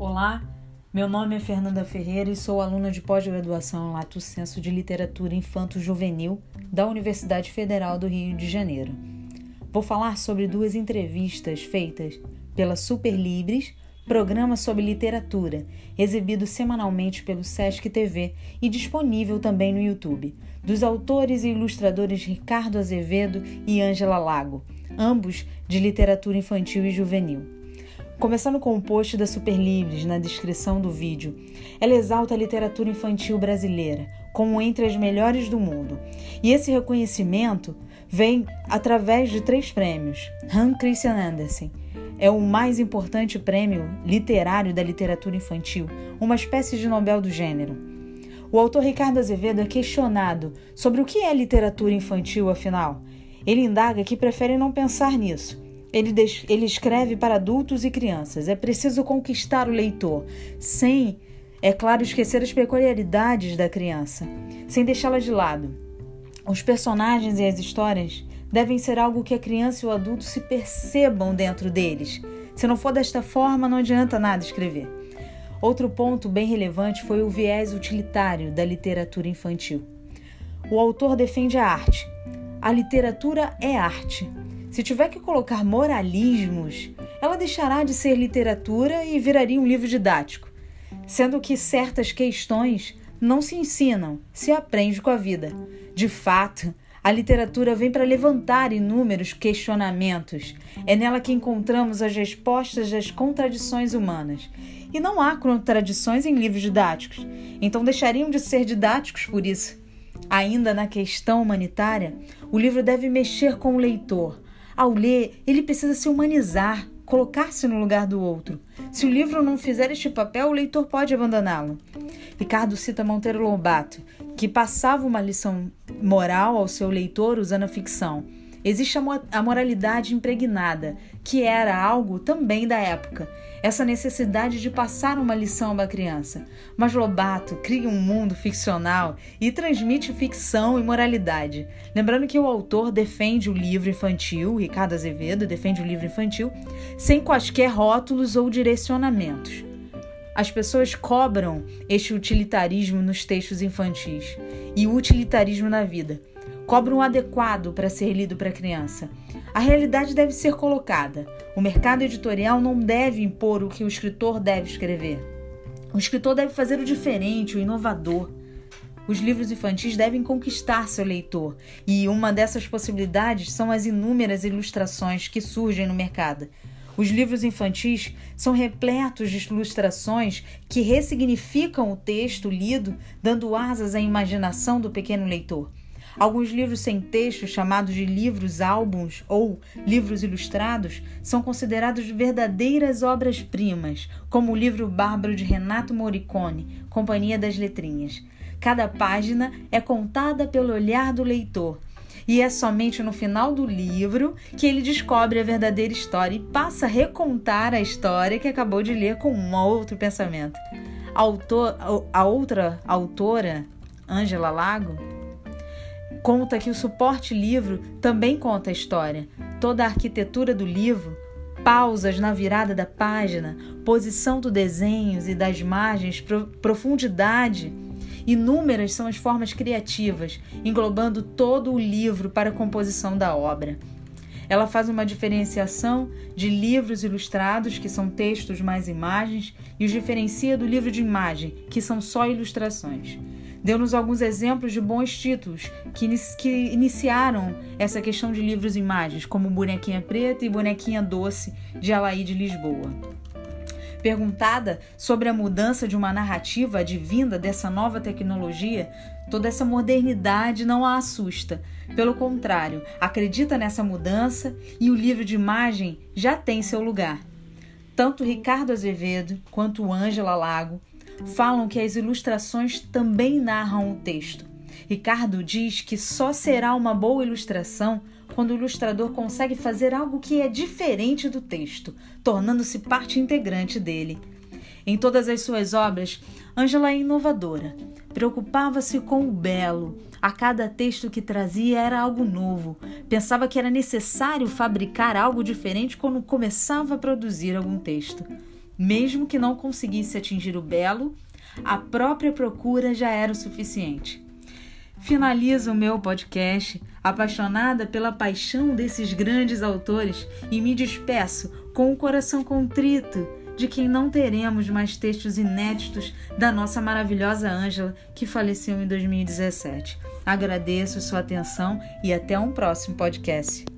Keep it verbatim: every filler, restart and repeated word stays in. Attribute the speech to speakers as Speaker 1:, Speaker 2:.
Speaker 1: Olá, meu nome é Fernanda Ferreira e sou aluna de pós-graduação em Lato Sensu de Literatura Infanto-Juvenil da Universidade Federal do Rio de Janeiro. Vou falar sobre duas entrevistas feitas pela Super Libres, programa sobre literatura, exibido semanalmente pelo Sesc T V e disponível também no YouTube, dos autores e ilustradores Ricardo Azevedo e Ângela Lago, ambos de literatura infantil e juvenil. Começando com o post da Super Libres na descrição do vídeo, ela exalta a literatura infantil brasileira como entre as melhores do mundo. E esse reconhecimento vem através de três prêmios. Hans Christian Andersen é o mais importante prêmio literário da literatura infantil, uma espécie de Nobel do gênero. O autor Ricardo Azevedo é questionado sobre o que é literatura infantil, afinal. Ele indaga que prefere não pensar nisso. Ele, des- ele escreve para adultos e crianças. É preciso conquistar o leitor, sem, é claro, esquecer as peculiaridades da criança, sem deixá-la de lado. Os personagens e as histórias devem ser algo que a criança e o adulto se percebam dentro deles. Se não for desta forma, não adianta nada escrever. Outro ponto bem relevante foi o viés utilitário da literatura infantil. O autor defende a arte. A literatura é arte. Se tiver que colocar moralismos, ela deixará de ser literatura e viraria um livro didático, sendo que certas questões não se ensinam, se aprende com a vida. De fato, a literatura vem para levantar inúmeros questionamentos. É nela que encontramos as respostas das contradições humanas. E não há contradições em livros didáticos, então deixariam de ser didáticos por isso. Ainda na questão humanitária, o livro deve mexer com o leitor. Ao ler, ele precisa se humanizar, colocar-se no lugar do outro. Se o livro não fizer este papel, o leitor pode abandoná-lo. Ricardo cita Monteiro Lobato, que passava uma lição moral ao seu leitor usando a ficção. Existe a, mo- a moralidade impregnada, que era algo também da época. Essa necessidade de passar uma lição a uma criança. Mas Lobato cria um mundo ficcional e transmite ficção e moralidade. Lembrando que o autor defende o livro infantil, Ricardo Azevedo defende o livro infantil, sem quaisquer rótulos ou direcionamentos. As pessoas cobram este utilitarismo nos textos infantis e o utilitarismo na vida. Cobram o adequado para ser lido para a criança. A realidade deve ser colocada. O mercado editorial não deve impor o que o escritor deve escrever. O escritor deve fazer o diferente, o inovador. Os livros infantis devem conquistar seu leitor, e uma dessas possibilidades são as inúmeras ilustrações que surgem no mercado. Os livros infantis são repletos de ilustrações que ressignificam o texto lido, dando asas à imaginação do pequeno leitor. Alguns livros sem texto, chamados de livros-álbuns ou livros ilustrados, são considerados verdadeiras obras-primas, como o livro Bárbaro de Renato Morricone, Companhia das Letrinhas. Cada página é contada pelo olhar do leitor, e é somente no final do livro que ele descobre a verdadeira história e passa a recontar a história que acabou de ler com um outro pensamento. A, autor, a outra autora, Ângela Lago, conta que o suporte livro também conta a história. Toda a arquitetura do livro, pausas na virada da página, posição dos desenhos e das margens, profundidade. Inúmeras são as formas criativas, englobando todo o livro para a composição da obra. Ela faz uma diferenciação de livros ilustrados, que são textos mais imagens, e os diferencia do livro de imagem, que são só ilustrações. Deu-nos alguns exemplos de bons títulos que, inici- que iniciaram essa questão de livros e imagens, como Bonequinha Preta e Bonequinha Doce, de Alaide Lisboa. Perguntada sobre a mudança de uma narrativa advinda dessa nova tecnologia, toda essa modernidade não a assusta. Pelo contrário, acredita nessa mudança e o livro de imagem já tem seu lugar. Tanto Ricardo Azevedo quanto Ângela Lago falam que as ilustrações também narram o texto. Ricardo diz que só será uma boa ilustração quando o ilustrador consegue fazer algo que é diferente do texto, tornando-se parte integrante dele. Em todas as suas obras, Ângela é inovadora. Preocupava-se com o belo. A cada texto que trazia era algo novo. Pensava que era necessário fabricar algo diferente quando começava a produzir algum texto. Mesmo que não conseguisse atingir o belo, a própria procura já era o suficiente. Finalizo o meu podcast apaixonada pela paixão desses grandes autores e me despeço com o coração contrito de que não teremos mais textos inéditos da nossa maravilhosa Ângela, que faleceu em dois mil e dezessete. Agradeço sua atenção e até um próximo podcast.